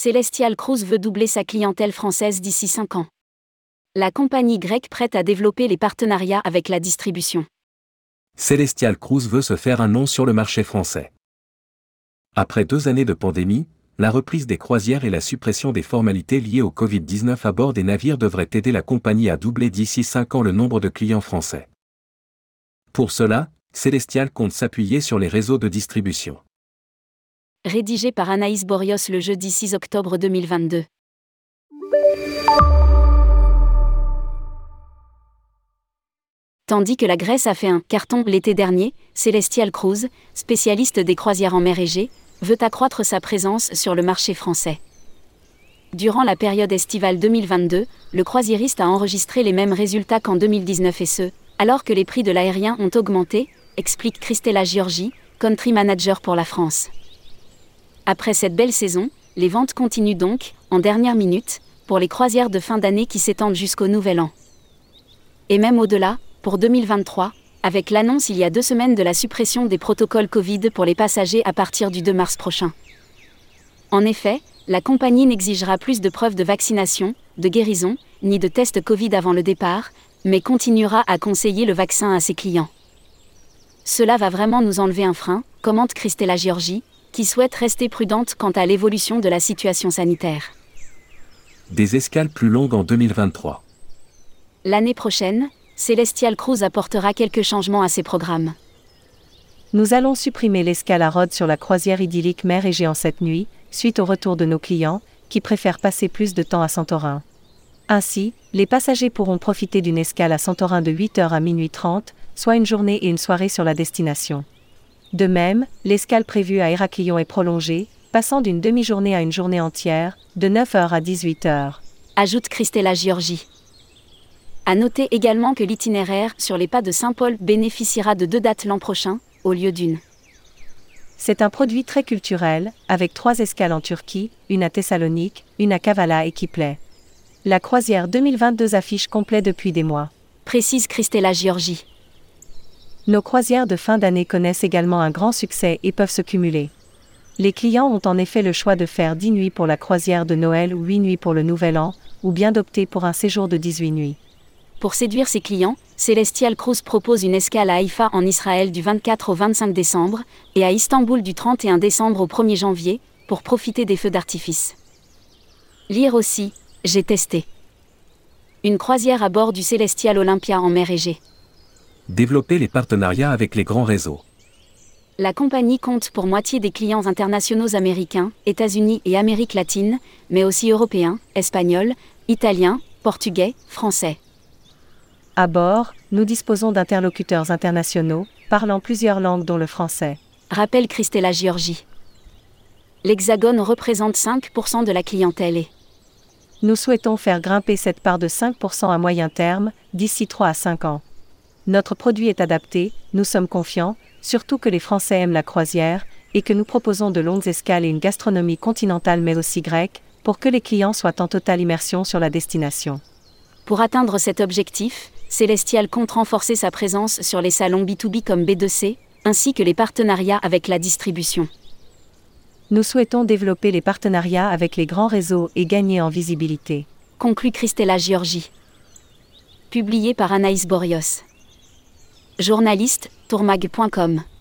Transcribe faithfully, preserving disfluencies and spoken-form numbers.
Celestial Cruises veut doubler sa clientèle française d'ici cinq ans. La compagnie grecque prête à développer les partenariats avec la distribution. Celestial Cruises veut se faire un nom sur le marché français. Après deux années de pandémie, la reprise des croisières et la suppression des formalités liées au covid dix-neuf à bord des navires devraient aider la compagnie à doubler d'ici cinq ans le nombre de clients français. Pour cela, Celestial compte s'appuyer sur les réseaux de distribution. Rédigé par Anaïs Borios le jeudi six octobre deux mille vingt-deux. Tandis que la Grèce a fait un carton l'été dernier, Celestial Cruises, spécialiste des croisières en mer Égée, veut accroître sa présence sur le marché français. Durant la période estivale deux mille vingt-deux, le croisiériste a enregistré les mêmes résultats qu'en deux mille dix-neuf et ce, alors que les prix de l'aérien ont augmenté, explique Christella Giorgi, country manager pour la France. Après cette belle saison, les ventes continuent donc, en dernière minute, pour les croisières de fin d'année qui s'étendent jusqu'au Nouvel An. Et même au-delà, pour deux mille vingt-trois, avec l'annonce il y a deux semaines de la suppression des protocoles Covid pour les passagers à partir du deux mars prochain. En effet, la compagnie n'exigera plus de preuves de vaccination, de guérison, ni de tests Covid avant le départ, mais continuera à conseiller le vaccin à ses clients. Cela va vraiment nous enlever un frein, commente Christella Giorgi, qui souhaite rester prudente quant à l'évolution de la situation sanitaire. Des escales plus longues en deux mille vingt-trois. L'année prochaine, Celestial Cruises apportera quelques changements à ses programmes. Nous allons supprimer l'escale à Rhodes sur la croisière idyllique mer Égée en cette nuit, suite au retour de nos clients, qui préfèrent passer plus de temps à Santorin. Ainsi, les passagers pourront profiter d'une escale à Santorin de huit heures à minuit trente, soit une journée et une soirée sur la destination. De même, l'escale prévue à Héraklion est prolongée, passant d'une demi-journée à une journée entière, de neuf heures à dix-huit heures. Ajoute Christella Giorgi. À noter également que l'itinéraire sur les pas de Saint-Paul bénéficiera de deux dates l'an prochain, au lieu d'une. C'est un produit très culturel, avec trois escales en Turquie, une à Thessalonique, une à Kavala et Kipplé. La croisière deux mille vingt-deux affiche complet depuis des mois. Précise Christella Giorgi. Nos croisières de fin d'année connaissent également un grand succès et peuvent se cumuler. Les clients ont en effet le choix de faire dix nuits pour la croisière de Noël ou huit nuits pour le Nouvel An, ou bien d'opter pour un séjour de dix-huit nuits. Pour séduire ses clients, Celestial Cruises propose une escale à Haïfa en Israël du vingt-quatre au vingt-cinq décembre, et à Istanbul du trente et un décembre au premier janvier, pour profiter des feux d'artifice. Lire aussi, j'ai testé. Une croisière à bord du Celestial Olympia en mer Égée. Développer les partenariats avec les grands réseaux. La compagnie compte pour moitié des clients internationaux américains, États-Unis et Amérique latine, mais aussi européens, espagnols, italiens, portugais, français. À bord, nous disposons d'interlocuteurs internationaux, parlant plusieurs langues dont le français. Rappelle Christella Giorgi. L'Hexagone représente cinq pour cent de la clientèle et nous souhaitons faire grimper cette part de cinq pour cent à moyen terme, d'ici trois à cinq ans. Notre produit est adapté, nous sommes confiants, surtout que les Français aiment la croisière, et que nous proposons de longues escales et une gastronomie continentale mais aussi grecque, pour que les clients soient en totale immersion sur la destination. Pour atteindre cet objectif, Celestial compte renforcer sa présence sur les salons B deux B comme B deux C, ainsi que les partenariats avec la distribution. Nous souhaitons développer les partenariats avec les grands réseaux et gagner en visibilité. Conclut Christella Giorgi. Publié par Anaïs Borios. Journaliste, tourmag point com.